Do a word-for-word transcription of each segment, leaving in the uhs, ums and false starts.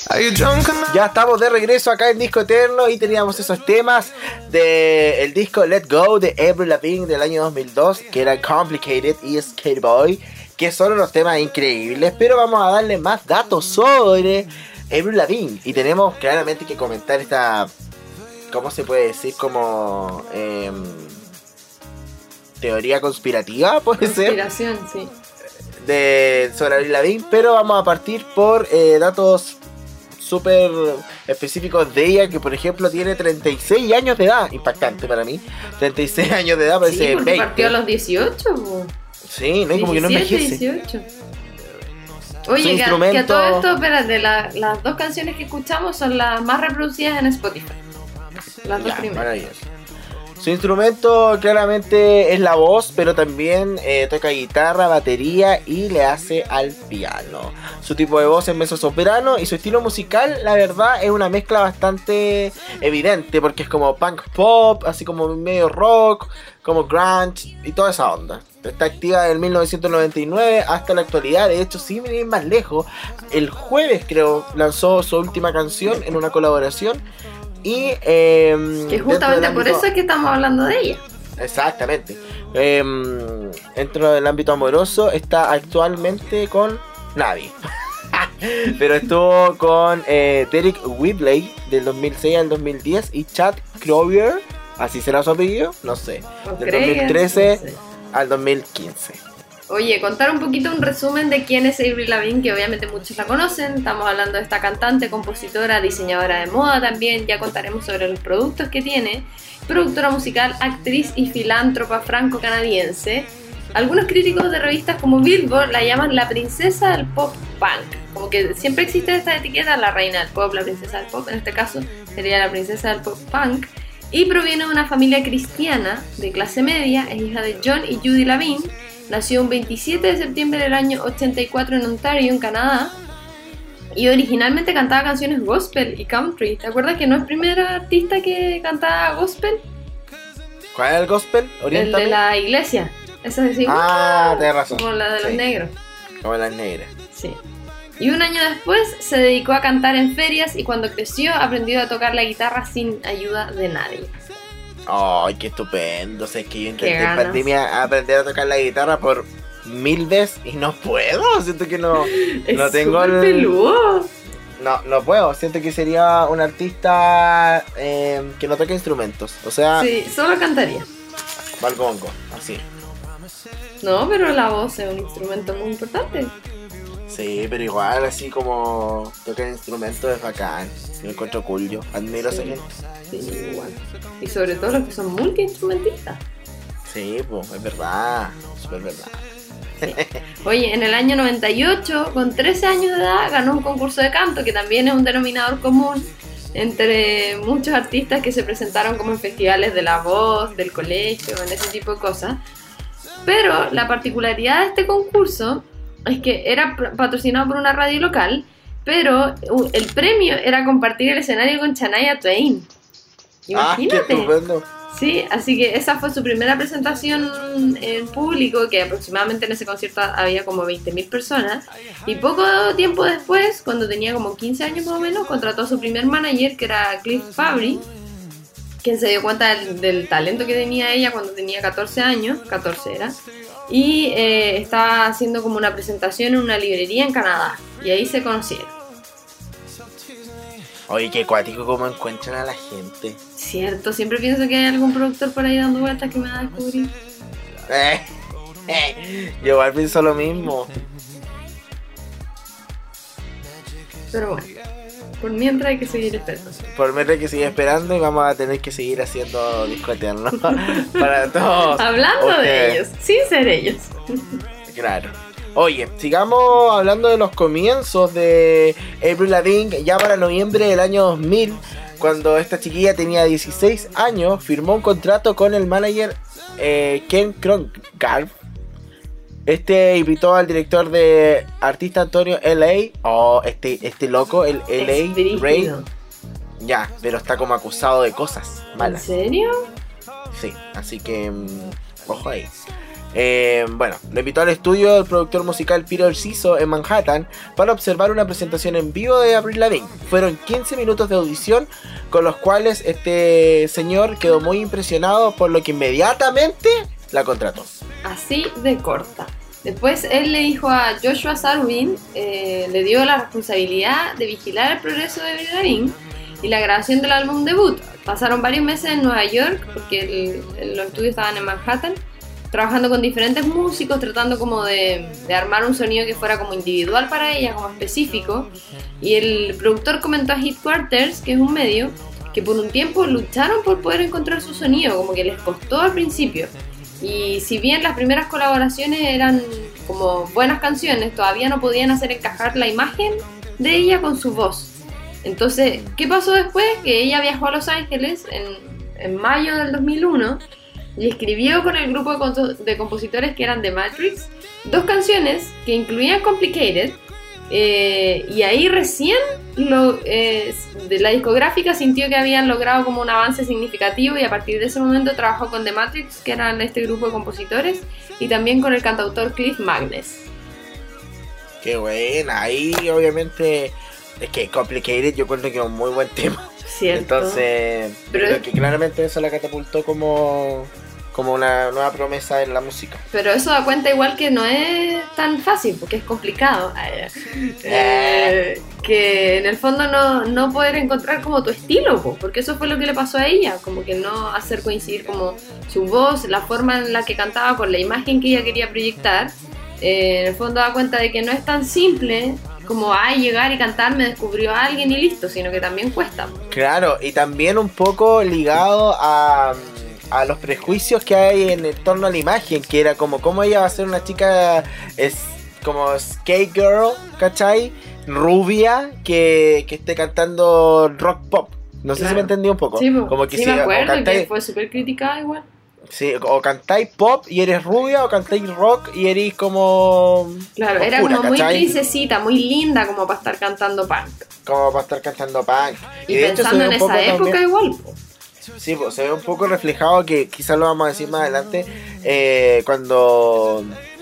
Ya estamos de regreso acá en Disco Eterno y teníamos esos temas del disco Let Go de Avril Lavigne del año dos mil dos, que era Complicated y Skate Boy, que son unos temas increíbles, pero vamos a darle más datos sobre Avril Lavigne y tenemos claramente que comentar esta, ¿cómo se puede decir? Como eh, teoría conspirativa, puede Conspiración, ser. sí. De, sobre Avril Lavigne, pero vamos a partir por eh, datos súper específicos de ella, que por ejemplo tiene treinta y seis años de edad, impactante para mí, treinta y seis años de edad, parece sí, porque veinte. partió a los dieciocho, po. Sí, no, y como que no envejece. dieciocho. Oye, que, instrumento... que a todo esto, espérate, la, las dos canciones que escuchamos son las más reproducidas en Spotify. Las dos ya, primeras. Maravilloso. Su instrumento claramente es la voz, pero también eh, toca guitarra, batería y le hace al piano. Su tipo de voz es mezzosoprano y su estilo musical, la verdad, es una mezcla bastante evidente, porque es como punk pop, así como medio rock, como grunge y toda esa onda. Está activa desde mil novecientos noventa y nueve hasta la actualidad. De hecho, sin ir más lejos, el jueves creo lanzó su última canción en una colaboración. Y eh, que justamente ámbito... por eso es que estamos hablando de ella. Exactamente. Eh, dentro del ámbito amoroso está actualmente con nadie. Pero estuvo con eh, Derek Whibley del dos mil seis al dos mil diez y Chad Kroeger, así será su apellido, no sé, no del dos mil trece no sé. Al dos mil quince. Oye, contar un poquito un resumen de quién es Avril Lavigne, que obviamente muchos la conocen. Estamos hablando de esta cantante, compositora, diseñadora de moda también. Ya contaremos sobre los productos que tiene. Productora musical, actriz y filántropa franco-canadiense. Algunos críticos de revistas como Billboard la llaman la princesa del pop punk. Como que siempre existe esta etiqueta, la reina del pop, la princesa del pop. En este caso sería la princesa del pop punk. Y proviene de una familia cristiana de clase media. Es hija de John y Judy Lavigne. Nació un veintisiete de septiembre del año ochenta y cuatro en Ontario, en Canadá. Y originalmente cantaba canciones gospel y country. ¿Te acuerdas que no es primera artista que cantaba gospel? ¿Cuál era el gospel? Oriéntame. El de la iglesia. Esa es decir, ah, tienes razón. Como la de los sí. negros. Como las negras. Sí. Y un año después se dedicó a cantar en ferias y cuando creció aprendió a tocar la guitarra sin ayuda de nadie. Ay, qué estupendo. O sea, es que yo intenté en pandemia aprender a tocar la guitarra por mil veces y no puedo. Siento que no, es no tengo el... peludo. No, no puedo. Siento que sería un artista eh, que no toque instrumentos. O sea... Sí, solo cantaría. Valgongo, así. No, pero la voz es un instrumento muy importante. Sí, pero igual así como tocar instrumentos es bacán. Me encuentro cool, yo admiro sí, a esa gente. Sí, igual. Y sobre todo los que son multiinstrumentistas. Sí, pues, es verdad, súper verdad. Sí. Oye, en el año noventa y ocho, con trece años de edad, ganó un concurso de canto, que también es un denominador común entre muchos artistas que se presentaron como en festivales de la voz, del colegio, en ese tipo de cosas. Pero la particularidad de este concurso es que era patrocinado por una radio local, pero el premio era compartir el escenario con Shania Twain. Imagínate. Ah, qué estupendo. Sí, así que esa fue su primera presentación en público, que aproximadamente en ese concierto había como veinte mil personas. Y poco tiempo después, cuando tenía como quince años más o menos, contrató a su primer manager, que era Cliff Fabry, quien se dio cuenta del, del talento que tenía ella cuando tenía catorce años, catorce era, y eh, estaba haciendo como una presentación en una librería en Canadá, y ahí se conocieron. Oye, qué cuático cómo encuentran a la gente. Cierto, siempre pienso que hay algún productor por ahí dando vueltas que me va a descubrir. Eh, eh, yo igual pienso lo mismo. Pero bueno, por mientras hay que seguir esperando. Por mientras hay que seguir esperando y vamos a tener que seguir haciendo Disco Eterno para todos. Hablando ustedes. De ellos, sin ser ellos. Claro. Oye, sigamos hablando de los comienzos de Avril Lavigne. Ya para noviembre del año dos mil, cuando esta chiquilla tenía dieciséis años, firmó un contrato con el manager eh, Ken Crongarth. Este invitó al director de artista Antonio L A. Oh, este, este loco, el L A Ray. Ya, pero está como acusado de cosas malas. ¿En serio? Sí, así que... Um, ojo ahí. Eh, bueno, lo invitó al estudio del productor musical Peter Siso en Manhattan para observar una presentación en vivo de Avril Lavigne. Fueron quince minutos de audición, con los cuales este señor quedó muy impresionado, por lo que inmediatamente la contrató. Así de corta. Después él le dijo a Joshua Sarubin, eh, le dio la responsabilidad de vigilar el progreso de Avril Lavigne y la grabación del álbum debut. Pasaron varios meses en Nueva York, porque el, el, los estudios estaban en Manhattan, trabajando con diferentes músicos, tratando como de, de armar un sonido que fuera como individual para ella, como específico. Y el productor comentó a Headquarters, que es un medio, que por un tiempo lucharon por poder encontrar su sonido, como que les costó al principio. Y si bien las primeras colaboraciones eran como buenas canciones, todavía no podían hacer encajar la imagen de ella con su voz. Entonces, ¿qué pasó después? Que ella viajó a Los Ángeles en, en mayo del dos mil uno y escribió con el grupo de, comp- de compositores que eran The Matrix dos canciones que incluían Complicated, eh, y ahí recién lo, eh, de la discográfica sintió que habían logrado como un avance significativo, y a partir de ese momento trabajó con The Matrix, que eran este grupo de compositores, y también con el cantautor Cliff Magness. Qué buena, ahí obviamente es que Complicated yo cuento que es un muy buen tema. Cierto. Entonces, pero creo que claramente eso la catapultó como, como una nueva promesa en la música. Pero eso da cuenta igual que no es tan fácil, porque es complicado. Eh, que en el fondo no, no poder encontrar como tu estilo, porque eso fue lo que le pasó a ella, como que no hacer coincidir como su voz, la forma en la que cantaba con la imagen que ella quería proyectar. Eh, en el fondo da cuenta de que no es tan simple como ay, llegar y cantar, me descubrió a alguien y listo, sino que también cuesta. Claro, y también un poco ligado a, a los prejuicios que hay en torno a la imagen, que era como cómo ella va a ser una chica es como skate girl, ¿cachai? Rubia, que, que esté cantando rock pop. No sé, claro, si me entendí un poco. Sí, como que sí si, me acuerdo cantáis, que fue súper criticada igual. Sí, o cantáis pop y eres rubia, o cantáis rock y eres como... Claro, oscura, era como muy ¿cachai? Princesita, muy linda como para estar cantando punk. Como para estar cantando punk. Y, y pensando en esa época también, igual. Po. Sí, pues se ve un poco reflejado, que quizás lo vamos a decir más adelante, eh, cuando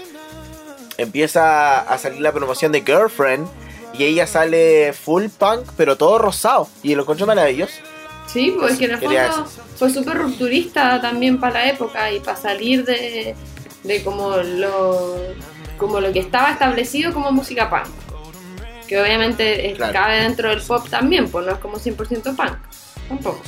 empieza a salir la promoción de Girlfriend y ella sale full punk, pero todo rosado. Y lo encuentro maravilloso. Sí, pues es que en el fondo fue súper rupturista también para la época y para salir de, de como, lo, como lo que estaba establecido como música punk. Que obviamente claro, cabe dentro del pop también, pues no es como cien por ciento punk, tampoco.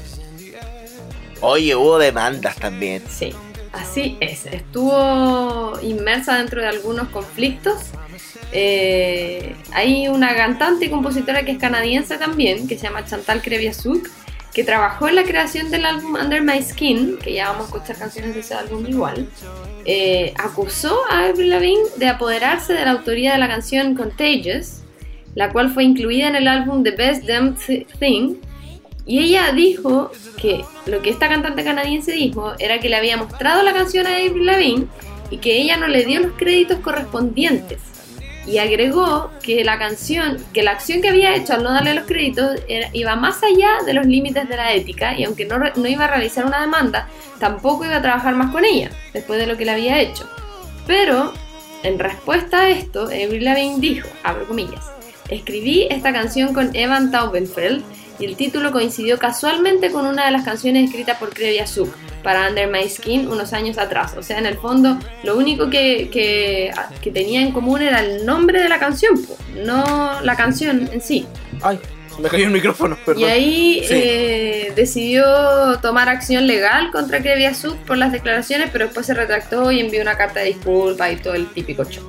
Oye, hubo demandas también. Sí, así es. Estuvo inmersa dentro de algunos conflictos. Eh, hay una cantante y compositora que es canadiense también, que se llama Chantal Kreviazuk, que trabajó en la creación del álbum Under My Skin, que ya vamos a escuchar canciones de ese álbum igual. Eh, acusó a Avril Lavigne de apoderarse de la autoría de la canción Contagious, la cual fue incluida en el álbum The Best Damn Thing, y ella dijo que lo que esta cantante canadiense dijo era que le había mostrado la canción a Avril Lavigne y que ella no le dio los créditos correspondientes. Y agregó que la canción, que la acción que había hecho al no darle los créditos era, iba más allá de los límites de la ética, y aunque no, no iba a realizar una demanda, tampoco iba a trabajar más con ella, después de lo que le había hecho. Pero, en respuesta a esto, Avril Lavigne dijo, abro comillas, escribí esta canción con Evan Taubenfeld, y el título coincidió casualmente con una de las canciones escritas por Kreviazuk para Under My Skin unos años atrás. O sea, en el fondo, lo único que, que, que tenía en común era el nombre de la canción, po, no la canción en sí. Ay, me cayó el micrófono, perdón. Y ahí sí. eh, decidió tomar acción legal contra Kreviazuk por las declaraciones, pero después se retractó y envió una carta de disculpa y todo el típico show.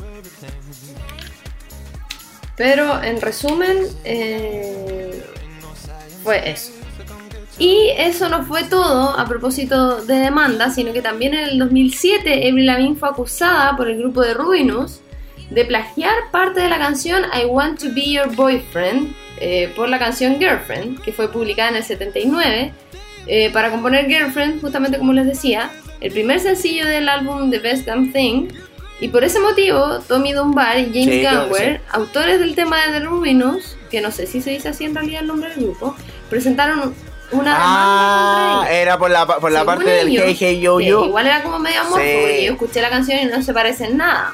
Pero, en resumen, eh, fue eso. Y eso no fue todo a propósito de demanda, sino que también en el dos mil siete Avril Lavigne fue acusada por el grupo de Ruinous de plagiar parte de la canción I Want to Be Your Boyfriend eh, por la canción Girlfriend, que fue publicada en el setenta y nueve, eh, para componer Girlfriend, justamente como les decía, el primer sencillo del álbum The Best Damn Thing. Y por ese motivo, Tommy Dunbar y James sí, Gunware, sí. autores del tema de The Ruinous, que no sé si se dice así en realidad el nombre del grupo, presentaron una ah, demanda contra ella. Era por la, por la Según parte del ellos, Hey Hey Yo que Yo. igual era como medio amorfo, Sí. porque yo escuché la canción y no se parece en nada.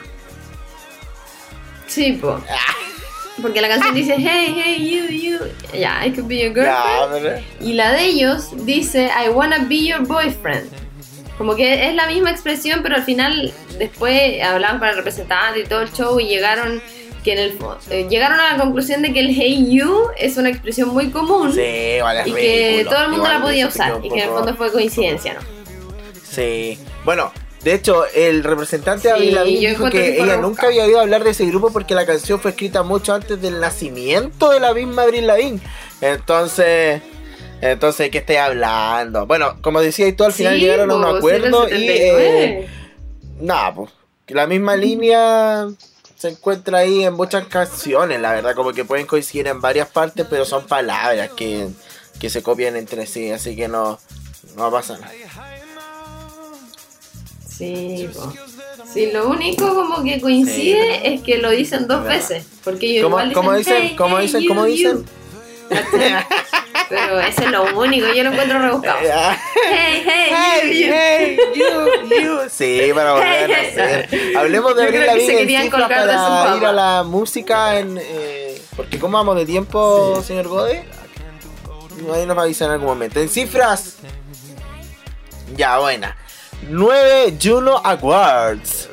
Sí, po. Porque la canción dice hey, hey, you, you. Ya, I could be your girlfriend. Ya, pero- Y la de ellos dice I wanna be your boyfriend. Como que es la misma expresión, pero al final después hablaban con el representante y todo el show y llegaron que en el fo- eh, llegaron a la conclusión de que el hey you es una expresión muy común Sí, vale, es y que ridículo. todo el mundo Igual la podía eso te queda usar un y que en el poco- fondo fue coincidencia, ¿no? Sí. Bueno, de hecho, el representante de Sí, Avril Lavigne yo dijo encuentro que que fue ella rebuscado. nunca había oído hablar de ese grupo porque la canción fue escrita mucho antes del nacimiento de la misma Avril Lavigne. Entonces, entonces, ¿qué estoy hablando? Bueno, como decía y tú, al final Sí, llegaron a un po, acuerdo sí, y... del setenta y nueve. Eh, nada, pues, que la misma línea se encuentra ahí en muchas canciones, la verdad, como que pueden coincidir en varias partes, pero son palabras que, que se copian entre sí, así que no, no pasa nada. Sí, po. Sí, lo único como que coincide Sí, es que lo dicen dos ¿verdad? veces. Porque ellos ¿Cómo, igual cómo dicen, dicen? hey, ¿Cómo hey, dicen? you, ¿Cómo you. dicen? Pero ese es lo único, yo lo encuentro rebuscado. Hey, hey, Hey, you, you. hey, you, you. Sí, para volver a Hey, nacer. hey. Hablemos de Yo Avril creo que se Lavigne en querían cifras colgar de su para fama. ir a la música en... Eh, porque ¿cómo vamos de tiempo, Sí. señor Gode? Ahí nos va a avisar en algún momento. En cifras... Ya, buena. nueve Juno Awards.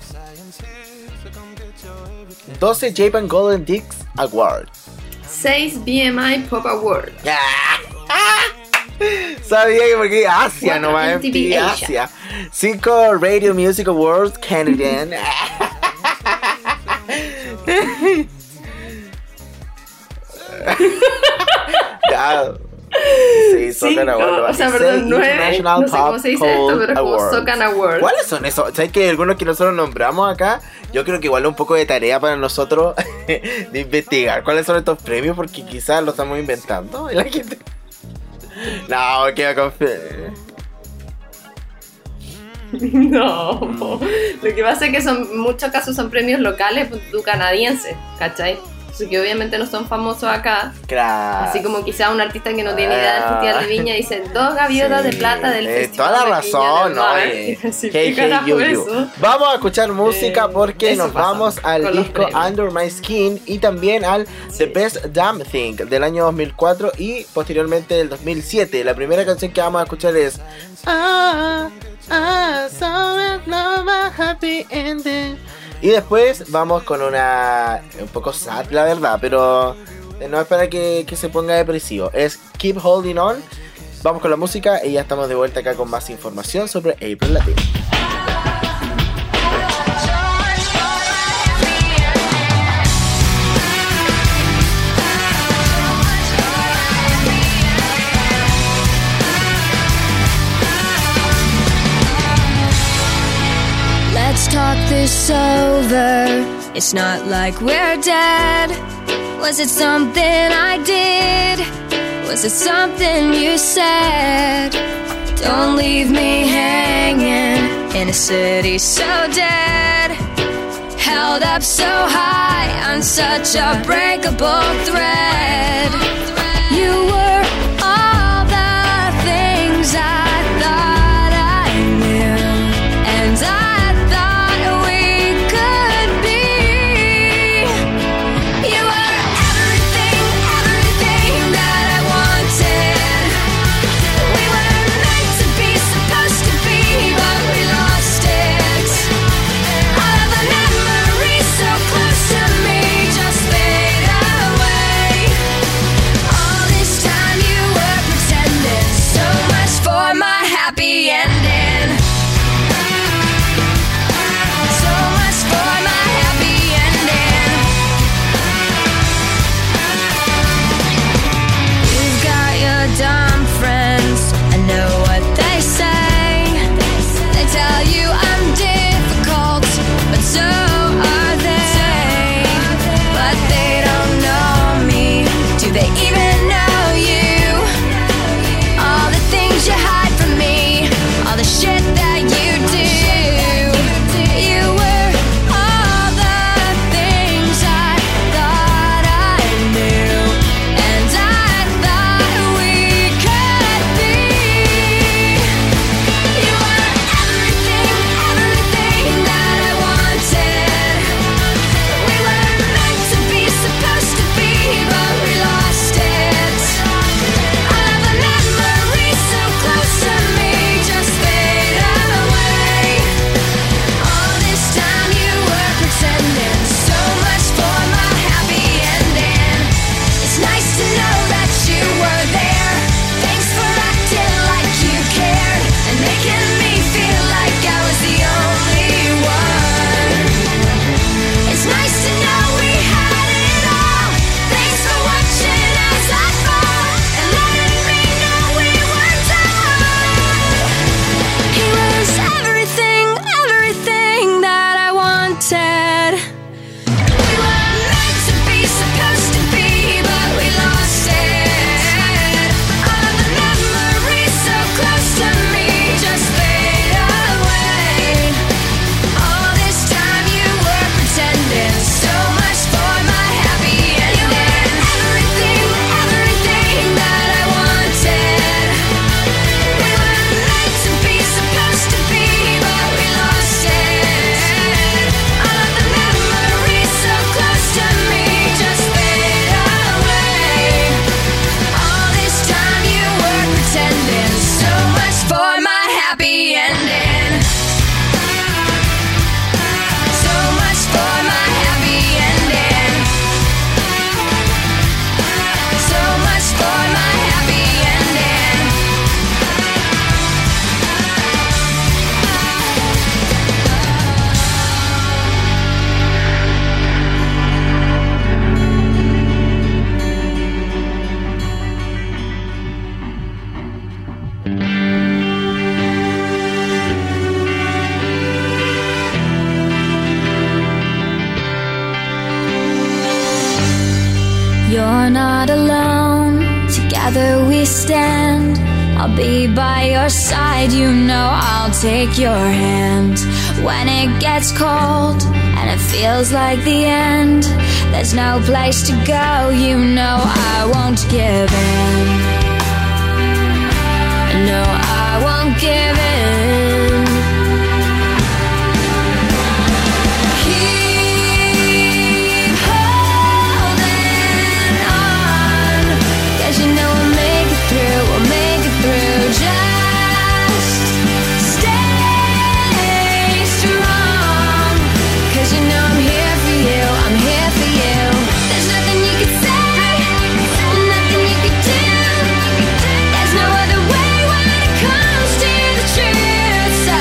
doce Japan Golden Disc Awards. seis B M I Pop Award. Sabía que porque Asia Cuatro nomás, M T V M T V Asia. Asia. cinco Radio Music Awards Canadian. Ya. Sí, Socan Cinco, Award. o sea, Y perdón, seis nueve. International No sé cómo Pop se dice esto, Cult pero es como Awards. Socan Award. ¿Cuáles son esos? ¿Sabes que algunos que nosotros nombramos acá? Yo creo que igual es un poco de tarea para nosotros de investigar cuáles son estos premios, porque quizás lo estamos inventando. Y la gente... No, queda confiar. No, po. Lo que pasa es que son, en muchos casos son premios locales tú canadienses, ¿cachai? Así que obviamente no son famosos acá. Claro. Así como quizá un artista que no tiene idea del Ah. Festival de Viña dice dos gaviotas Sí, de plata del eh, Festival toda la de razón, Viña ¿no? del Mar. Eh, Así, hey, ¿qué hey, carajo you, es you. eso? Vamos a escuchar música Eh, porque eso nos pasa vamos al con los disco premios. Under My Skin y también al Sí. The Best Damn Thing del año dos mil cuatro y posteriormente del dos mil siete. La primera canción que vamos a escuchar es Ah, ah, so in love, a happy ending. Y después vamos con una un poco sad, la verdad, pero no es para que, que se ponga depresivo. Es Keep Holding On. Vamos con la música y ya estamos de vuelta acá con más información sobre Avril Lavigne. Let's talk this over. It's not like we're dead. Was it something I did? Was it something you said? Don't leave me hanging in a city so dead. Held up so high on such a breakable thread. You were all the things I thought I knew, and I thought we could be. You were everything, everything that I wanted. We were meant to be, supposed to be, but we lost it. All of the memories so close to me just fade away. All this You're not alone, together we stand. I'll be by your side, you know I'll take your hand. When it gets cold and it feels like the end, there's no place to go, you know I won't give in. No, I won't give in. Keep holding on, 'cause you know we'll make it through, we'll make it through. Just stay strong, 'cause you know I'm here for you, I'm here for you. There's nothing you can say, nothing you can do. There's no other way when it comes to the truth. So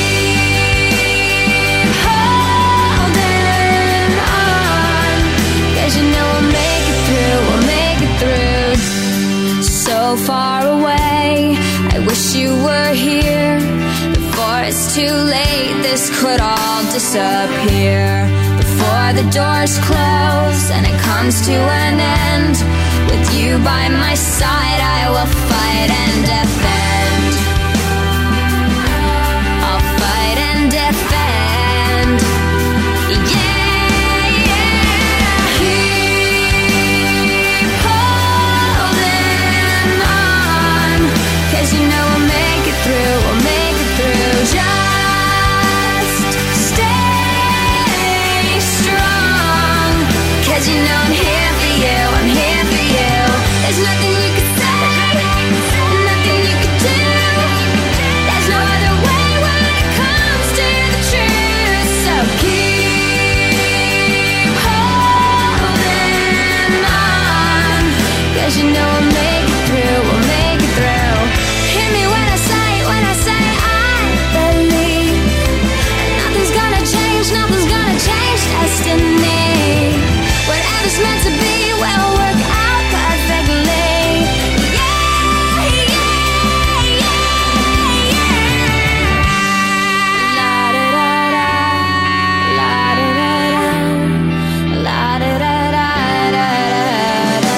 keep holding on, 'cause you know we'll make it through, we'll make it through. So far away, I wish you were here. Before it's too late, this could all disappear. Before the doors close and it comes to an end, with you by my side, I will fight and defend. I'll fight and defend. Yeah, yeah. Keep holding on, 'cause you know we'll make it through, we'll make it through. Just stay strong, 'cause you know I'm here for you, I'm here for you. There's nothing you can say, nothing you can do. There's no other way when it comes to the truth. So keep holding on, 'cause you know we'll make it through, we'll make it through. Hear me when I say, when I say I believe nothing's gonna change, nothing's gonna change destiny. Whatever's meant to be will work out perfectly. Yeah, yeah, yeah, yeah. La da da da, la da da da, la da da da da da.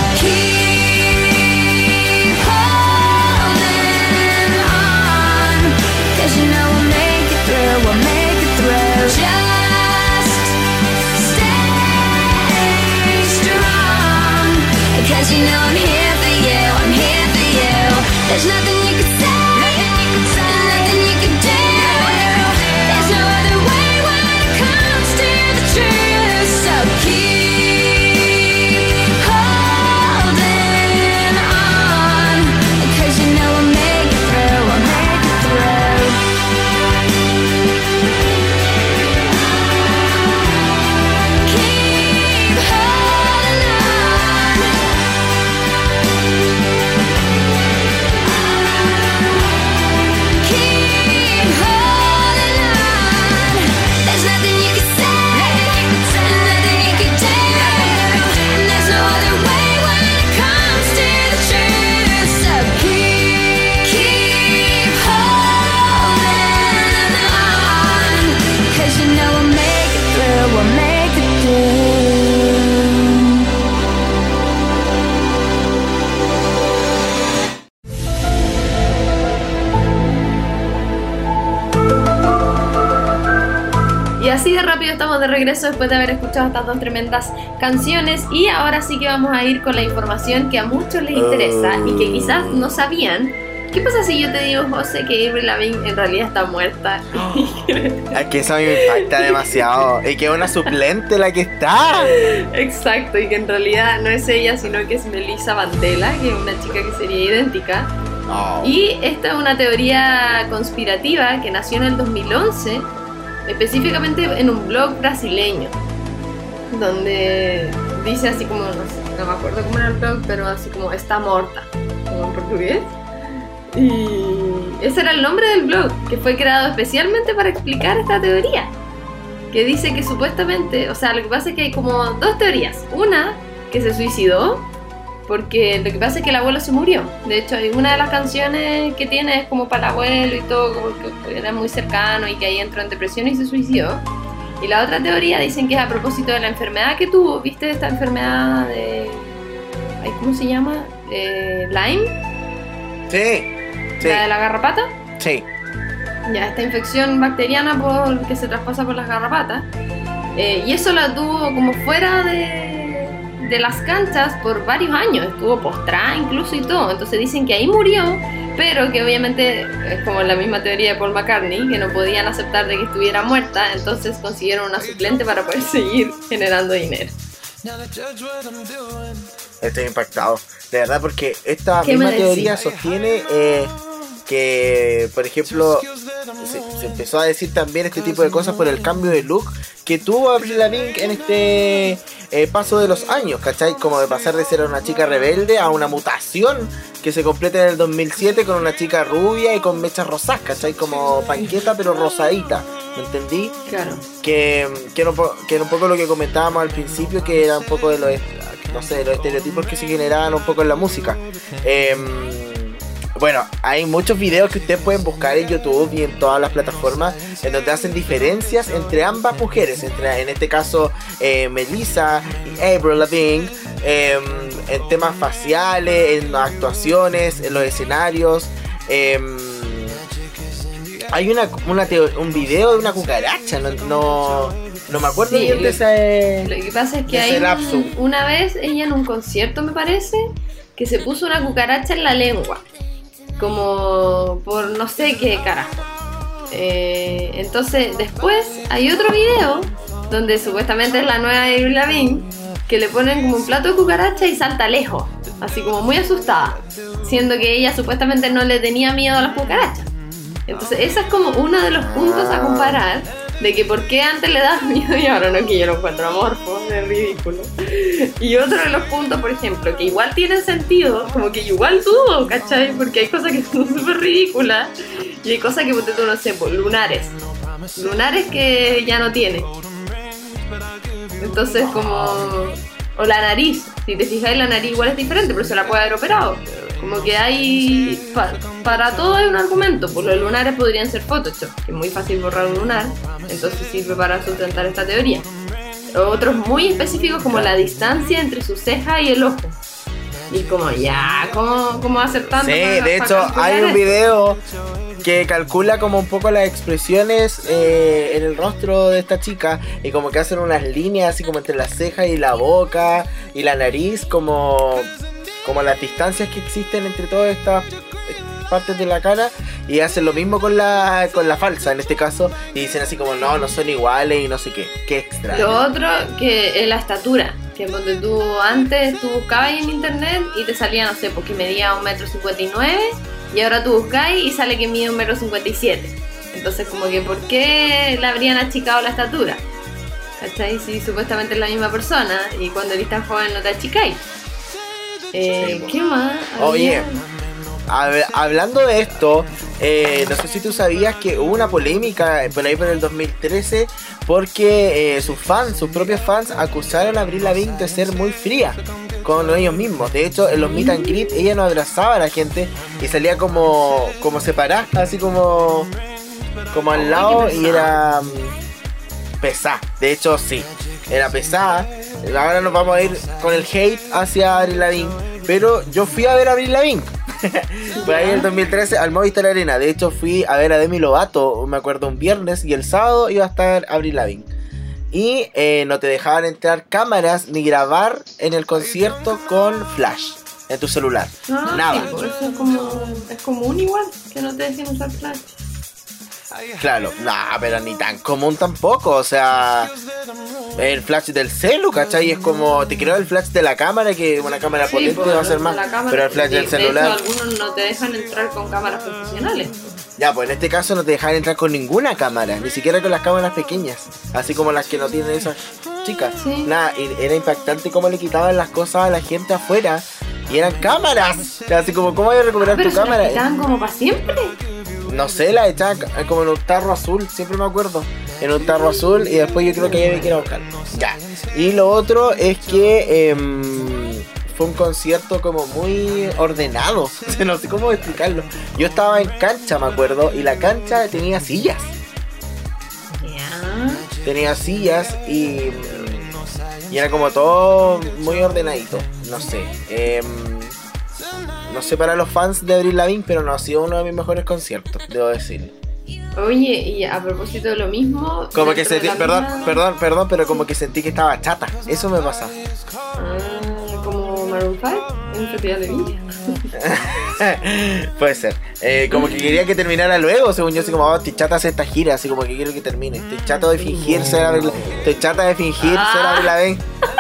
Keep holding on, 'cause you know we'll make it through, we'll make it through. Just stay strong, 'cause you know I'm here for you, I'm here for you. There's nothing you can say, nothing you can do. There's no other way when it comes to the truth. So keep holding on, 'cause you know we'll make it through, we'll make it through. Keep holding on. Keep holding on. There's nothing you can say, nothing you can do. And there's no other way when it comes to the truth. So keep, keep holding on, 'cause you know we'll make it through, we'll make it through. Y así de rápido estamos de regreso después de haber escuchado estas dos tremendas canciones. Y ahora sí que vamos a ir con la información que a muchos les interesa y que quizás no sabían. ¿Qué pasa si yo te digo, José, que Avril Lavigne en realidad está muerta? Es que eso a mí me impacta demasiado. Y que es una suplente la que está. Exacto, y que en realidad no es ella, sino que es Melissa Bandela, que es una chica que sería idéntica. Oh. Y esta es una teoría conspirativa que nació en el dos mil once, específicamente en un blog brasileño, donde dice así como, no, sé, no me acuerdo cómo era el blog, pero así como está morta, como en portugués. Y ese era el nombre del blog, que fue creado especialmente para explicar esta teoría, que dice que supuestamente, o sea, lo que pasa es que hay como dos teorías. Una, que se suicidó, porque lo que pasa es que el abuelo se murió. De hecho, hay una de las canciones que tiene es como para el abuelo y todo, como que era muy cercano y que ahí entró en depresión y se suicidó. Y la otra teoría dicen que es a propósito de la enfermedad que tuvo, ¿viste? Esta enfermedad de... ¿Cómo se llama? Eh, ¿Lyme? Sí, sí. ¿La de la garrapata? Sí. Ya, esta infección bacteriana por, que se traspasa por las garrapatas. Eh, y eso la tuvo como fuera de, de las canchas por varios años. Estuvo postrada incluso y todo. Entonces dicen que ahí murió, pero que obviamente es como la misma teoría de Paul McCartney, que no podían aceptar de que estuviera muerta. Entonces consiguieron una suplente para poder seguir generando dinero. Estoy impactado, de verdad, porque esta ¿Qué misma me teoría decís? sostiene eh, que, por ejemplo, se, se empezó a decir también este tipo de cosas por el cambio de look que tuvo Avril Lavigne en este eh, paso de los años, ¿cachai? Como de pasar de ser una chica rebelde a una mutación que se completa en el dos mil siete con una chica rubia y con mechas rosas, ¿cachai? Como panqueta pero rosadita, ¿me entendí? Claro. Que, que, era un po- que era un poco lo que comentábamos al principio, que era un poco de los, no sé, de los estereotipos que se generaban un poco en la música. Eh, bueno, hay muchos videos que ustedes pueden buscar en YouTube y en todas las plataformas en donde hacen diferencias entre ambas mujeres, entre, en este caso eh, Melissa y Avril Lavigne, eh, en temas faciales, en actuaciones, en los escenarios. Eh, hay una, una teo- un video de una cucaracha, no, no, no me acuerdo Sí, bien de lo- ese... Lo que pasa es que de ese hay lapso. un- una vez ella en un concierto, me parece, que se puso una cucaracha en la lengua, como por no sé qué carajo. Eh, entonces después hay otro video donde supuestamente es la nueva de Avril Lavigne, que le ponen como un plato de cucaracha y salta lejos, así como muy asustada, siendo que ella supuestamente no le tenía miedo a las cucarachas. Entonces ese es como uno de los puntos a comparar, de que por qué antes le daba miedo y ahora no, que yo lo encuentro amorfo, es ridículo. Y otro de los puntos, por ejemplo, que igual tienen sentido, como que igual tuvo, ¿cachai? Porque hay cosas que son súper ridículas y hay cosas que tú no sé, pues, lunares. Lunares que ya no tiene. Entonces como... O la nariz, si te fijáis la nariz igual es diferente, pero se la puede haber operado. Como que hay... Pa, para todo hay un argumento, pues los lunares podrían ser Photoshop, que es muy fácil borrar un lunar, entonces sirve para sustentar esta teoría. Otros muy específicos como la distancia entre su ceja y el ojo. Y como ya, ¿cómo, cómo va a ser tanto? Sí, para- de para hecho calcular hay un eso? video que calcula como un poco las expresiones eh, en el rostro de esta chica y como que hacen unas líneas así como entre la ceja y la boca y la nariz, como, como las distancias que existen entre todas estas partes de la cara, y hacen lo mismo con la con la falsa en este caso y dicen así como no, no son iguales y no sé qué, qué extraño. Lo otro que es la estatura, que donde tú antes tú buscabas en internet y te salía, no sé, porque medía un metro cincuenta y nueve y ahora tú buscáis y sale que mide un metro cincuenta y siete. Entonces como que ¿por qué le habrían achicado la estatura? ¿Cachai? Si supuestamente es la misma persona y cuando eres tan joven no te achicáis. Eh, Sí, ¿Qué más? Oye, Había- A ver, hablando de esto, eh, no sé si tú sabías que hubo una polémica por ahí por el dos mil trece porque eh, sus fans, sus propios fans acusaron a Avril Lavigne de ser muy fría con ellos mismos. De hecho, en los meet and greet ella no abrazaba a la gente y salía como, como separada, así como, como al Ay, lado, qué y era mm, pesada. De hecho, sí, era pesada. Ahora nos vamos a ir con el hate hacia Avril Lavigne, pero yo fui a ver a Avril Lavigne. Fue ahí en el dos mil trece al Movistar Arena. De hecho fui a ver a Demi Lovato, me acuerdo, un viernes, y el sábado iba a estar Avril Lavigne. Y eh, no te dejaban entrar cámaras ni grabar en el concierto con flash en tu celular. Ah, Nada. sí, pues eso es como, es común igual, que no te dejen usar flash. Claro, no, pero ni tan común tampoco. O sea, el flash del celu, ¿cachai? Es como, te creo el flash de la cámara, que una cámara Sí, potente pues, va a ser de más. la cámara, Pero el flash sí, del celular. De hecho, algunos no te dejan entrar con cámaras profesionales. Ya, pues en este caso no te dejaban entrar con ninguna cámara, ni siquiera con las cámaras pequeñas, así como las que no tienen esas chicas. Sí. Nada, y era impactante cómo le quitaban las cosas a la gente afuera y eran cámaras. Así como, ¿cómo voy a recuperar Pero tu se las cámara? quitaban como para siempre. No sé, la echaban ca- como en un tarro azul, siempre me acuerdo. En un tarro azul, y después yo creo que ella me quiere buscar. Ya. Y lo otro es que em, fue un concierto como muy ordenado. No sé cómo explicarlo. Yo estaba en cancha, me acuerdo, y la cancha tenía sillas. Ya. tenía sillas y, y era como todo muy ordenadito. No sé. Eh, no sé para los fans de Avril Lavigne, pero no ha sido uno de mis mejores conciertos, debo decirlo. Oye, y a propósito de lo mismo... Como que sentí, perdón, misma... perdón, perdón, pero como que sentí que estaba chata. Eso me pasa. Ah, como Maroon cinco en un festival de viña. Puede ser. Eh, como que quería que terminara luego, según yo, así como, oh, estoy chata de hacer esta gira, así como que quiero que termine. Estoy chato de fingir ser Avril Lavigne. Estoy chata de fingir Ah. ser Avril Lavigne.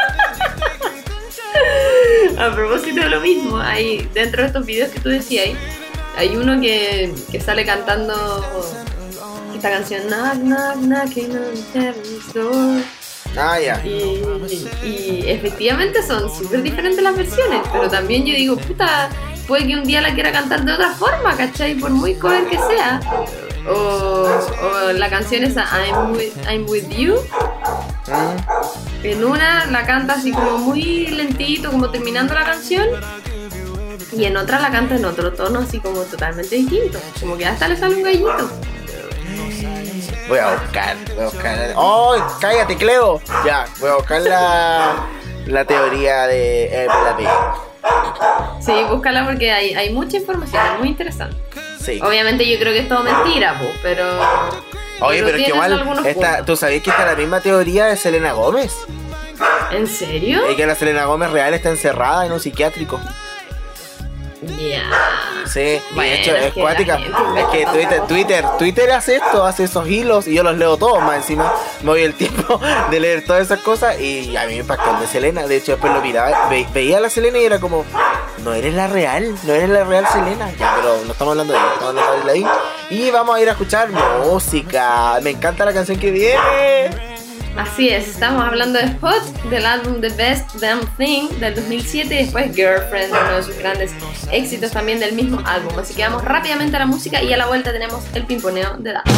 A propósito de lo mismo, hay dentro de estos videos que tú decías, hay uno que, que sale cantando esta canción Knock, knock, knocking on heaven's door. Ah, ya. Y, y efectivamente son súper diferentes las versiones, pero también yo digo, puta, puede que un día la quiera cantar de otra forma, ¿cachai? Por muy cover que sea. O, o la canción esa I'm with, I'm with you. Mm. En una la canta así como muy lentito, como terminando la canción. Y en otra la canta en otro tono, así como totalmente distinto. Como que hasta le sale un gallito. Voy a buscar, voy a buscar. ¡Oh, cállate, Cleo! Ya, voy a buscar la, la teoría de Avril Lavigne. Sí, búscala porque hay, hay mucha información, es muy interesante. Sí. Obviamente yo creo que es todo mentira, po, pero... Oye, pero es que tiene igual, algunos esta, puntos. ¿tú sabías que está la misma teoría de Selena Gómez? ¿En serio? Es que la Selena Gómez real está encerrada en un psiquiátrico. Ya. Sí, y Bueno, de hecho es es que cuática. la gente Es que inventa Twitter, tantas Twitter, Twitter hace esto, hace esos hilos y yo los leo todos más encima. Me doy el tiempo de leer todas esas cosas y a mí me impactó el de Selena. De hecho después lo miraba, ve, veía a la Selena y era como, no eres la real, no eres la real Selena. Ya, pero no estamos hablando de ella, estamos hablando de Avril Lavigne. Y vamos a ir a escuchar música. Me encanta la canción que viene. Así es, estamos hablando de Spot, del álbum The Best Damn Thing del dos mil siete y después Girlfriend, uno de sus grandes éxitos también del mismo álbum. Así que vamos rápidamente a la música y a la vuelta tenemos el pimponeo de datos.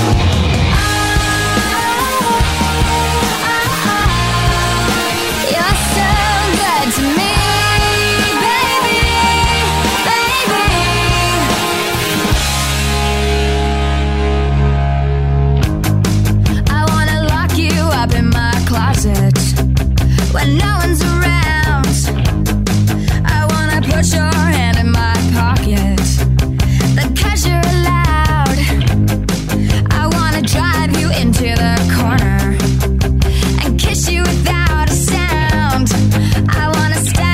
You're so good to me, baby, baby. I wanna lock you up in my closet when no one's around. I wanna put your hand in my pocket because you're allowed. I wanna drive you into the corner and kiss you without a sound. I wanna stop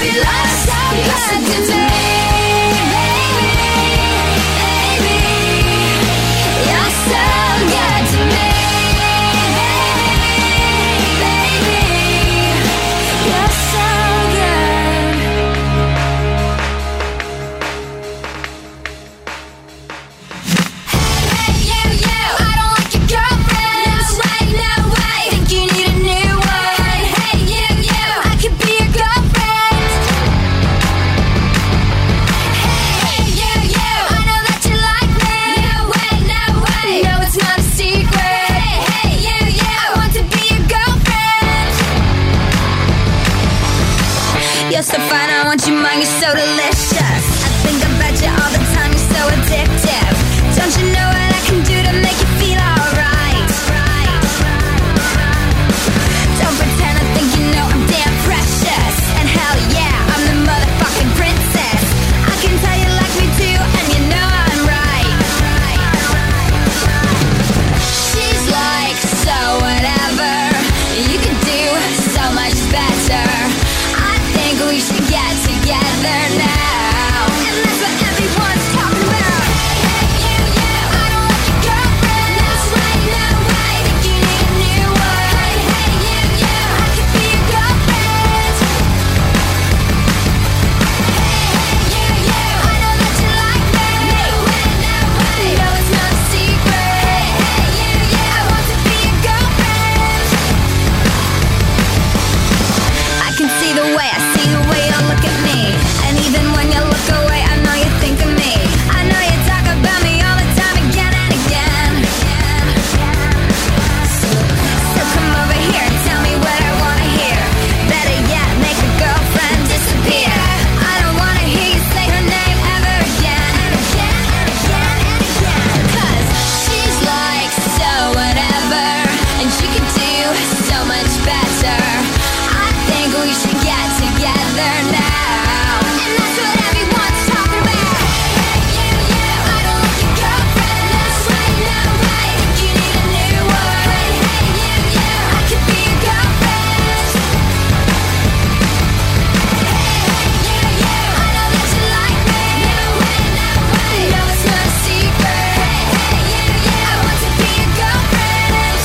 feel like so good to me, baby, baby. You're so good to me, baby, baby. You're so good. Hey, hey, you, you. I don't like your girlfriend. No way, no way. Think you need a new one. Hey, you, you. I could be your girlfriend. Hey, hey, you, you. I know that you like me. No way, no way. No, it's not a secret. Hey, hey, you, you. I want to be your girlfriend. You're so fine, I want you mine, you're so delicious. I think about you all the time, you're so addictive. Don't you know what I can do to make you feel alright? Don't pretend I think you know I'm damn precious. And hell yeah, I'm the motherfucking princess. I can tell you like me too, and you know I'm right. She's like, so whatever. You could do so much better. I think we should get together now. And that's what everyone's talking about. Hey, you, you. I don't like your girlfriend. No way, no way. Think you need a new one. Hey, hey, you, you. I could be your girlfriend. Hey, hey, you, you. I know that you like me. No way, no way. No, it's not a secret. Hey, hey, you, you. I want to be your girlfriend. I can see the way, I see the way you look at me. And even when you look away, I know you think of me. I know you talk about me all the time, again and again. So come over here and tell me what I wanna hear. Better yet, make a girlfriend disappear. I don't wanna hear you say her name ever again. And again, and again, and again. 'Cause she's like, so whatever. And she could do so much better. I think we should get together now. And that's what everyone's talking about. Hey, you, you. I don't like your girlfriend. No way, no way. Think you need a new one. Hey, hey, you, you. I could be your girlfriend. Hey, hey, you, you. I know that you like me. No way, no way. No, it's not a secret. Hey, hey, you, you. I want to be your girlfriend.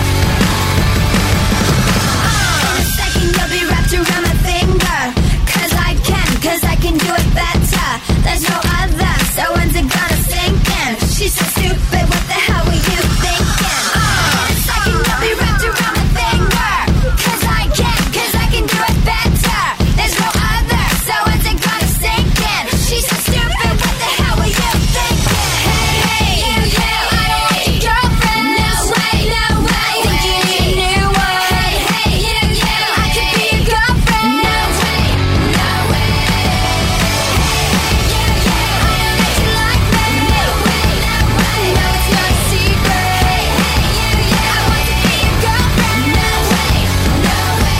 In a second you'll be wrapped around my finger. 'Cause I can, 'cause I can do it better. There's no other, so when's it gonna sink in? She's so stupid, what the hell were you thinking? In a second you'll be wrapped around my finger. 'Cause I can, 'cause I can do it better. There's no other, so when's it gonna sink in? She's so stupid, what the hell were you thinking? Hey, hey, you, you. I don't want your girlfriend. No way, no way. Think you need a new one. Hey, hey, you, you. I could be your girlfriend. No way, no way. Hey, hey, you, you. I know that you like me. No way, no way. No, it's not a secret. Hey, hey, you, you. I want to be your girlfriend. No way, no way.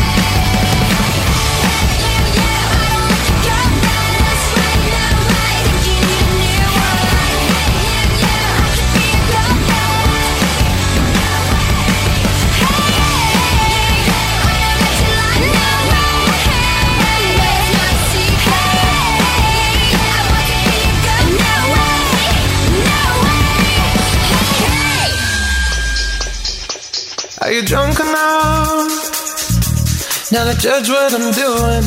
Hey, you, you. I don't like your girlfriend. No way, no way. Think you need a new one. Hey, hey, you, you. I could be your girlfriend. Are you drunk enough now to judge what I'm doing?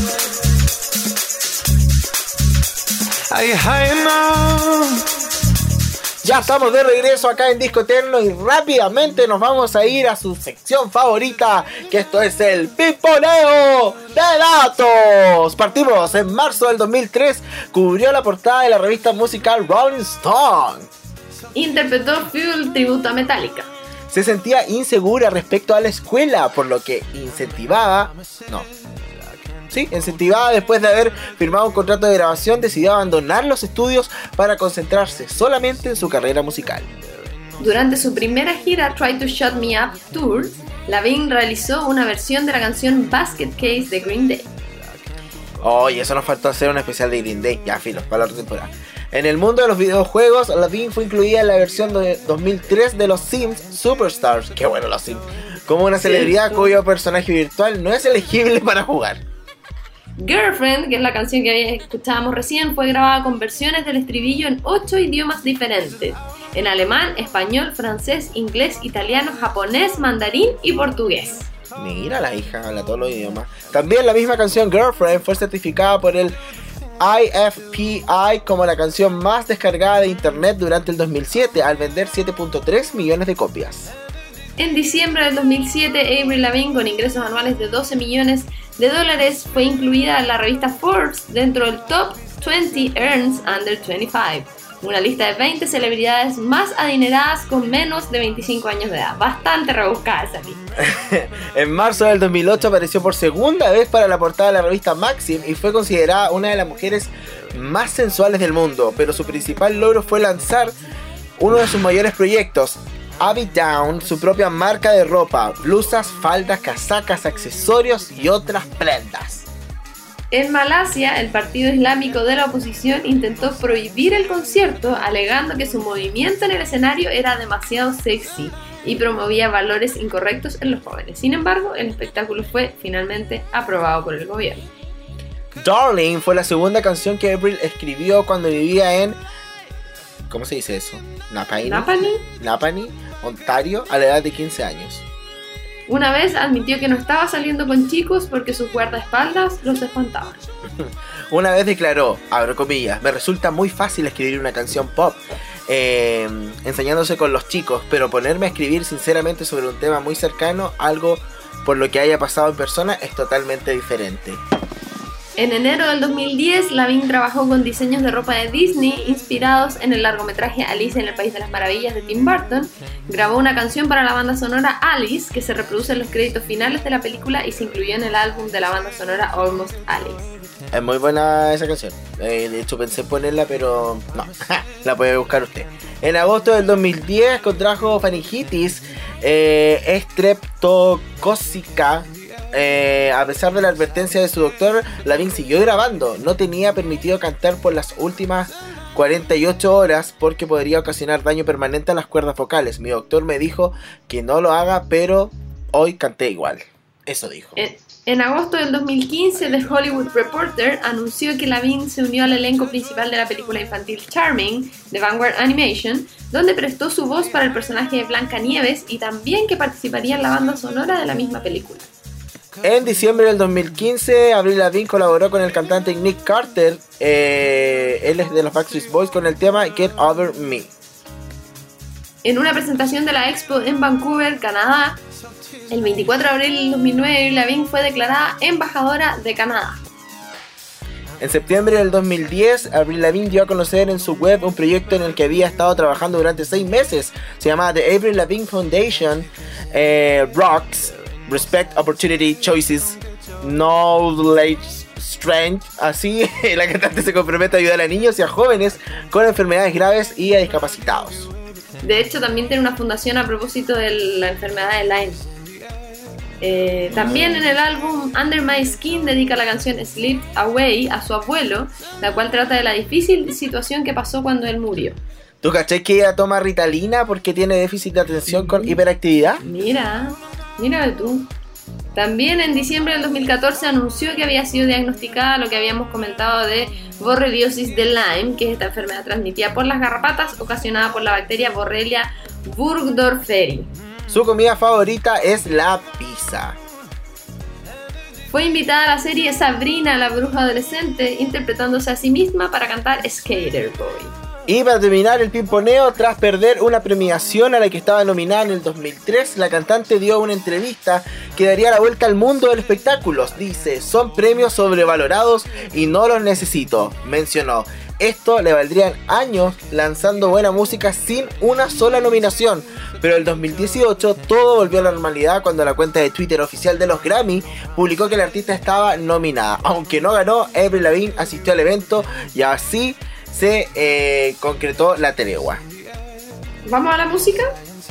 Are you high enough? Ya estamos de regreso acá en Disco Eterno y rápidamente nos vamos a ir a su sección favorita, que esto es el Piponeo de Datos. Partimos en marzo del dos mil tres, cubrió la portada de la revista musical Rolling Stone. Interpretó Fuel, tributo a Metallica. Se sentía insegura respecto a la escuela, por lo que incentivaba... No. Sí, incentivada después de haber firmado un contrato de grabación, decidió abandonar los estudios para concentrarse solamente en su carrera musical. Durante su primera gira Try to Shut Me Up Tour, Lavigne realizó una versión de la canción Basket Case de Green Day. Oh, y eso nos faltó hacer un especial de Green Day, ya filo, para la otra temporada. En el mundo de los videojuegos, Lavigne fue incluida en la versión de dos mil tres de los Sims Superstars, qué bueno los Sims, como una celebridad cuyo personaje virtual no es elegible para jugar. Girlfriend, que es la canción que escuchábamos recién, fue grabada con versiones del estribillo en ocho idiomas diferentes. En alemán, español, francés, inglés, italiano, japonés, mandarín y portugués. Mira, la hija habla todos los idiomas. También la misma canción Girlfriend fue certificada por el I F P I como la canción más descargada de internet durante el dos mil siete, al vender siete punto tres millones de copias. En diciembre del dos mil siete, Avril Lavigne, con ingresos anuales de doce millones de dólares, fue incluida en la revista Forbes dentro del Top veinte Earns Under veinticinco, una lista de veinte celebridades más adineradas con menos de veinticinco años de edad. Bastante rebuscada esa lista. En marzo del dos mil ocho apareció por segunda vez para la portada de la revista Maxim y fue considerada una de las mujeres más sensuales del mundo, pero su principal logro fue lanzar uno de sus mayores proyectos, Abby Down, su propia marca de ropa, blusas, faldas, casacas, accesorios y otras prendas. En Malasia, el partido islámico de la oposición intentó prohibir el concierto, alegando que su movimiento en el escenario era demasiado sexy y promovía valores incorrectos en los jóvenes. Sin embargo, el espectáculo fue finalmente aprobado por el gobierno. Darling fue la segunda canción que Avril escribió cuando vivía en... ¿Cómo se dice eso? Napanee. ¿Napanee? Napanee, Ontario, a la edad de quince años. Una vez admitió que no estaba saliendo con chicos porque sus guardaespaldas los espantaban. Una vez declaró, abro comillas, me resulta muy fácil escribir una canción pop, eh, enseñándose con los chicos, pero ponerme a escribir sinceramente sobre un tema muy cercano, algo por lo que haya pasado en persona, es totalmente diferente. En enero del dos mil diez, Lavigne trabajó con diseños de ropa de Disney inspirados en el largometraje Alice en el País de las Maravillas de Tim Burton. Grabó una canción para la banda sonora Alice que se reproduce en los créditos finales de la película y se incluyó en el álbum de la banda sonora Almost Alice. Es muy buena esa canción. Eh, de hecho pensé ponerla, pero no, la puede buscar usted. En agosto del dos mil diez contrajo faringitis eh, estreptocócica. Eh, a pesar de la advertencia de su doctor, Lavigne siguió grabando. No tenía permitido cantar por las últimas cuarenta y ocho horas porque podría ocasionar daño permanente a las cuerdas vocales. Mi doctor me dijo que no lo haga, pero hoy canté igual. Eso dijo. En, en agosto del dos mil quince, The Hollywood Reporter anunció que Lavigne se unió al elenco principal de la película infantil Charming de Vanguard Animation, donde prestó su voz para el personaje de Blancanieves y también que participaría en la banda sonora de la misma película. En diciembre del dos mil quince, Avril Lavigne colaboró con el cantante Nick Carter, eh, él es de los Backstreet Boys, con el tema Get Over Me. En una presentación de la Expo en Vancouver, Canadá, el veinticuatro de abril del dos mil nueve, Avril Lavigne fue declarada embajadora de Canadá. En septiembre del dos mil diez, Avril Lavigne dio a conocer en su web un proyecto en el que había estado trabajando durante seis meses. Se llama The Avril Lavigne Foundation, eh, Rocks, Respect, Opportunity, Choices, Knowledge, Strength. Así, la cantante se compromete a ayudar a niños y a jóvenes con enfermedades graves y a discapacitados. De hecho, también tiene una fundación a propósito de la enfermedad de Lyme. Eh, también en el álbum Under My Skin dedica la canción Slip Away a su abuelo, la cual trata de la difícil situación que pasó cuando él murió. ¿Tú cachai que ella toma Ritalina porque tiene déficit de atención con hiperactividad? Mira, mira tú. También en diciembre del dos mil catorce anunció que había sido diagnosticada lo que habíamos comentado de borreliosis de Lyme, que es esta enfermedad transmitida por las garrapatas ocasionada por la bacteria Borrelia burgdorferi. Su comida favorita es la pizza. Fue invitada a la serie Sabrina, la bruja adolescente, interpretándose a sí misma para cantar Skater Boy. Y para terminar el pimponeo, tras perder una premiación a la que estaba nominada en el dos mil tres, la cantante dio una entrevista que daría la vuelta al mundo del espectáculo. Dice, son premios sobrevalorados y no los necesito, mencionó. Esto le valdrían años lanzando buena música sin una sola nominación. Pero en el dos mil dieciocho todo volvió a la normalidad cuando la cuenta de Twitter oficial de los Grammy publicó que la artista estaba nominada. Aunque no ganó, Avril Lavigne asistió al evento y así se eh, concretó la tregua. ¿Vamos a la música?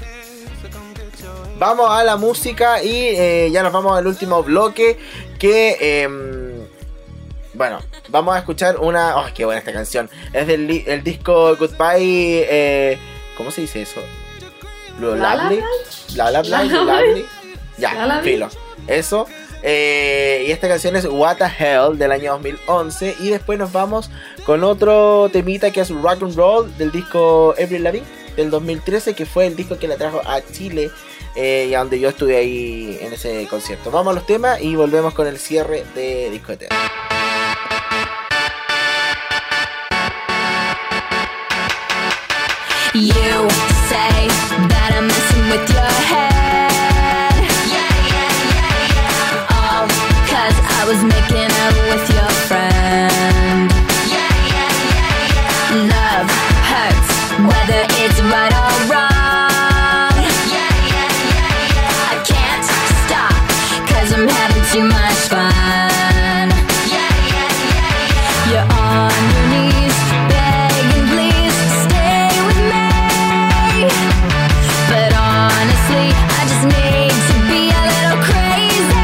Vamos a la música y eh, ya nos vamos al último bloque que... Eh, bueno, vamos a escuchar una... ¡Oh, qué buena esta canción! Es del li- el disco Goodbye... Eh, ¿Cómo se dice eso? Lo Lovely. La Lovely. Ya, filo. Eso. Eh, y esta canción es What the Hell del año dos mil once. Y después nos vamos con otro temita que es Rock and Roll del disco Avril Lavigne del dos mil trece, que fue el disco que la trajo a Chile, eh, y a donde yo estuve ahí en ese concierto. Vamos a los temas y volvemos con el cierre de Disco Eterno. You say that I'm messing with your head. Yeah, yeah, yeah, yeah. All cause I was making out with your friend. Yeah, yeah, yeah, yeah. Love hurts, whether it's right or wrong. Yeah, yeah, yeah, yeah. I can't stop, cause I'm having too much fun. Yeah, yeah, yeah, yeah. You're on your knees, begging please stay with me. But honestly, I just need to be a little crazy.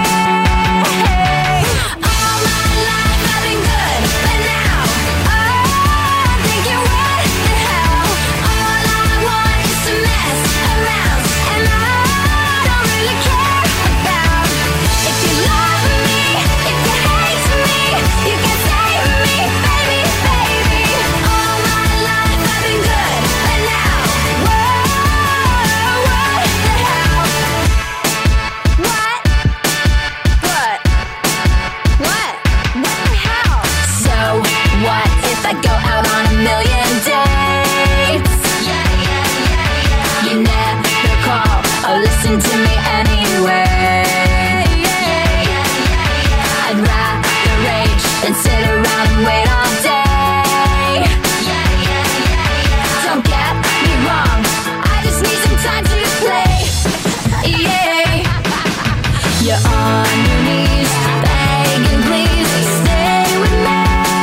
All my life I've been good, but now oh, I'm thinking what the hell. All I want is to mess around, and I don't really care about if you love me, if you hate me, you can save me, baby, baby. All my life I've been good, but now whoa, what the hell? What? What? What? What the hell? So what if I go out on a million dates? Yeah, yeah, yeah, yeah. You never call or listen to me anyway. Yeah, yeah, yeah, yeah. I'd rather rage than sit around and wait all day. Yeah, yeah, yeah, yeah. Don't get me wrong, I just need some time to play. Yeah. You're on your knees, begging please stay with me.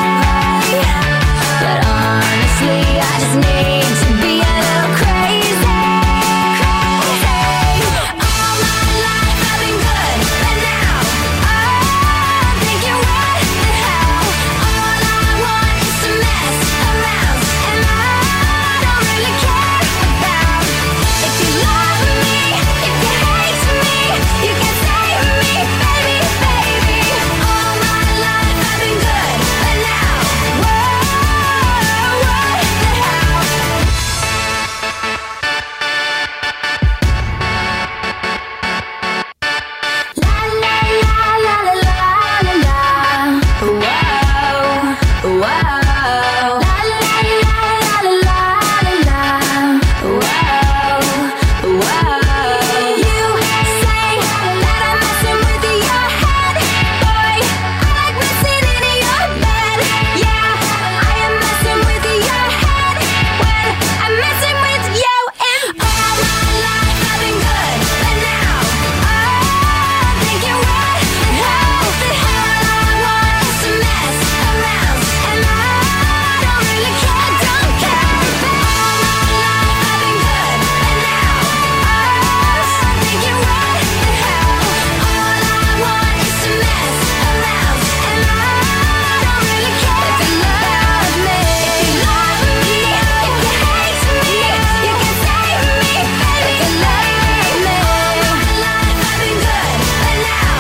But honestly, I just need to be a little crazy. Crazy. All my life I've been good, but now I'm thinking what the hell. All I want is to mess around, and I don't really care about if you love me, if you hate me, you can save me, baby, baby. All my life I've been good, but now whoa, what the hell? La la la la la la la la. Whoa, whoa. La la la la la la la la. Whoa, whoa. You say that I'm messing with your head, boy. I like messing in your bed. Yeah, I am messing with your head when I'm messing with you. And all my life I've been good, but now I'm thinking what the hell, the hell I want is to mess around, and I don't really care, don't care. All my life I've been good, but now I'm thinking what the hell. All I want is to mess around, and I don't really care if you love me, if you love me, if you hate me, you can save me, baby. If you love me, all my life I've been good, but now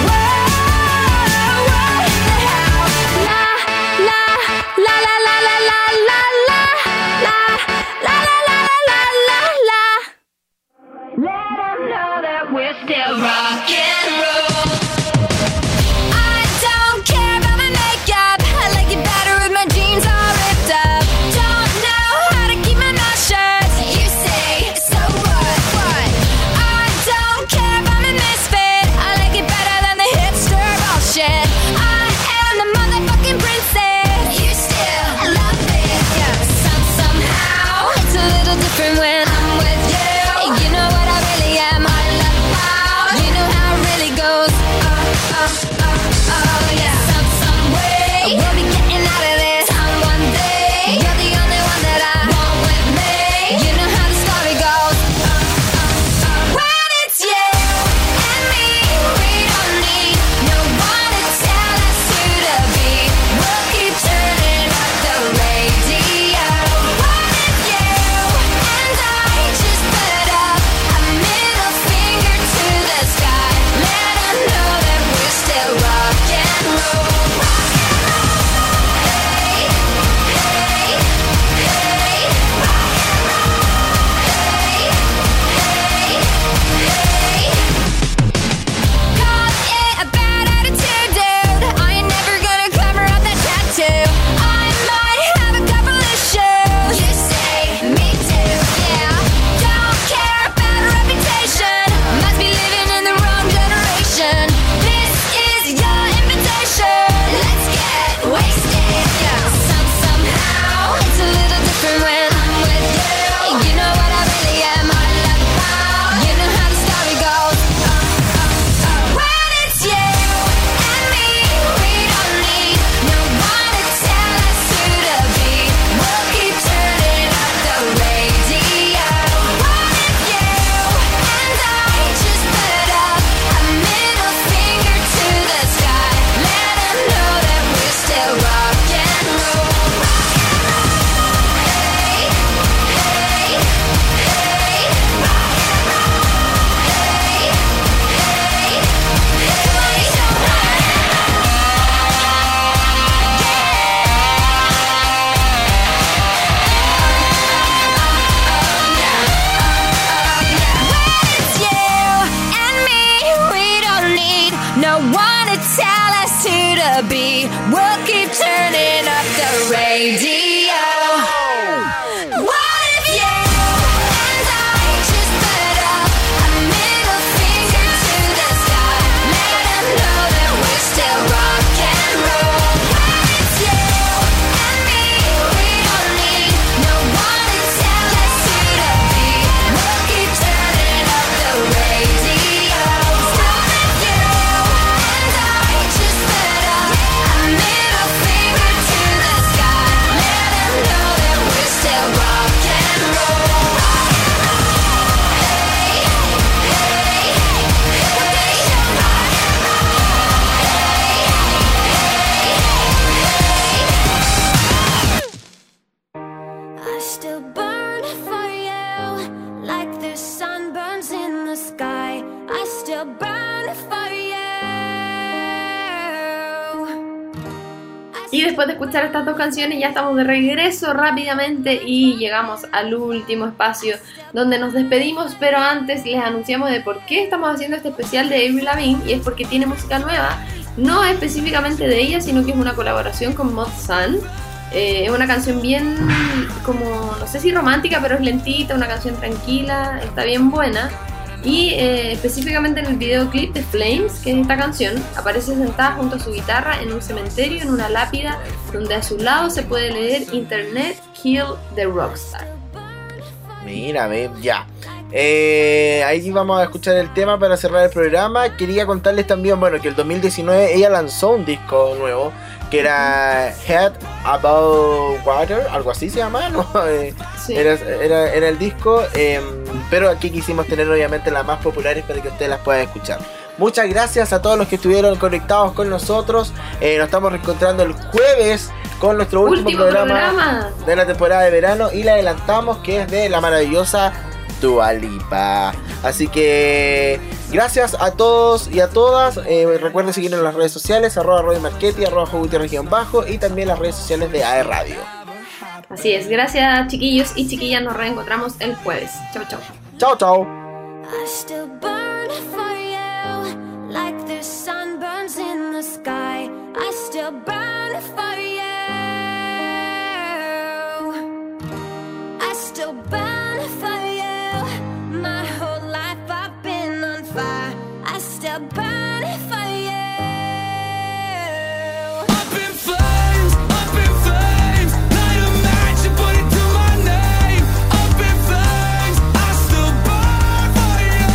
whoa, what the hell? La la la la la la la la la la la la la la la. Let 'em know that we're still rock and roll. I don't care about my makeup. I like it better if my jeans are ripped up. Don't know how to keep my mouth shut. You say, so what? What? I don't care about my misfit. I like it better than the hipster bullshit. I am the motherfucking princess. You still love it. Yeah, some, somehow. It's a little different when I'm with you. You know what I really am. I love loud. You know how it really goes. Oh, oh, oh, oh, yeah. Some, some way. We'll be getting out of this. Time one day. You're the only one that I want with me. You know how the story goes. Oh, oh, oh. When it's you and me, we don't need no one to tell us who to be. We'll keep turning up the radio. What if you and I just put up a middle finger to the sky? Let 'em know that no one to tell us who to be. We'll keep turning up the radio. What if you and I just put up a middle finger to the sky? Let them know that we're still rock and roll. What if you and me, we don't need no one to tell us who to be. We'll keep turning up the radio. What if you and I just put up a middle finger to the sky? Let them know that we're still rock and roll. Hey, hey, I still burn for you like the sun burns in the sky. I still burn for you. Y después de escuchar estas dos canciones ya estamos de regreso rápidamente y llegamos al último espacio donde nos despedimos, pero antes les anunciamos de por qué estamos haciendo este especial de Avril Lavigne, y es porque tiene música nueva, no específicamente de ella, sino que es una colaboración con Mod Sun. Eh, es una canción bien, como, no sé si romántica, pero es lentita, una canción tranquila, está bien buena. Y eh, específicamente en el videoclip de Flames, que es esta canción, aparece sentada junto a su guitarra en un cementerio, en una lápida, donde a su lado se puede leer Internet Kill the Rockstar. Mira, ve, ya. Eh, ahí vamos a escuchar el tema para cerrar el programa. Quería contarles también, bueno, que el dos mil diecinueve ella lanzó un disco nuevo que era Head Above Water, algo así se llama, ¿no? Eh, Sí. era, era, era el disco, eh, pero aquí quisimos tener obviamente las más populares para que ustedes las puedan escuchar. Muchas gracias a todos los que estuvieron conectados con nosotros. Eh, nos estamos reencontrando el jueves con nuestro último, Último programa, programa. de la temporada de verano, y le adelantamos que es de la maravillosa Dua Lipa. Así que gracias a todos y a todas. Eh, recuerden seguirnos en las redes sociales, arroba Roy Marchetti, arroba Gutiérrez bajo, y también las redes sociales de A E Radio. Así es, gracias chiquillos y chiquillas, nos reencontramos el jueves. Chau, chau. Chao, chao. I still burn for you like the sun burns in the sky. I still burn for you. I still burn for you. My whole life I've been on fire. I still burn for you. Up in flames, up in flames. Light a match and put it to my name. Up in flames, I still burn for you.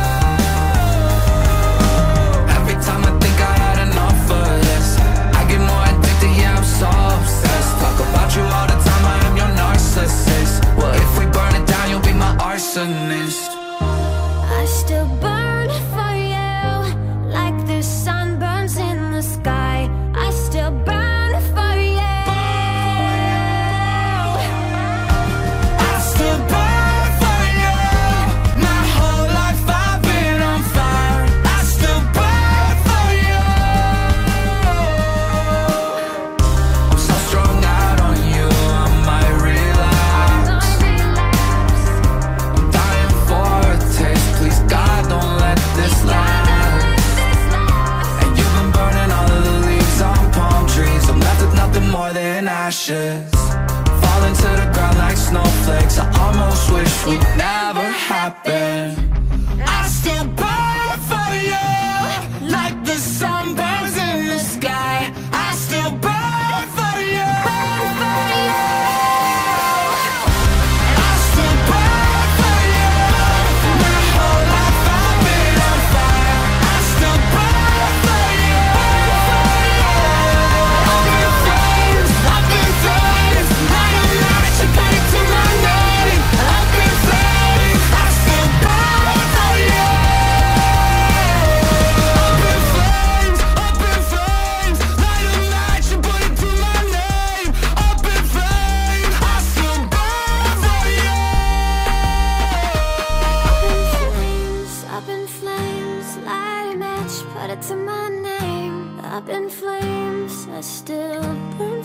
Every time I think I had enough of this, I get more addicted, yeah, I'm so obsessed. Talk about you all the time, I am your narcissist. Well, if we burn it down, you'll be my arsonist. I still burn for you like the sun burns in the sky. I still burn for you. I still burn for you. My whole life I've been on fire. I still burn for you. I'm so strung out on you, I might relapse. I'm dying for a taste. Please God, don't let this last. And you've been burning all of the leaves on palm trees. I'm left with nothing more than ashes. Falling to the ground like snowflakes. I almost wish would never happen. I still burn for you like the sun burns in the sky. I still burn for you. I still burn for you. My whole life I've been on fire. I still burn for you. Up in flames, up in flames. Light a match and put it to my name. Up in flames, I still burn for you. Up in flames, up in flames. Light a match and put it to my name. Up in flames, I still burn for you. Up in flames, light a match, put it to my name. Up in flames, I still burn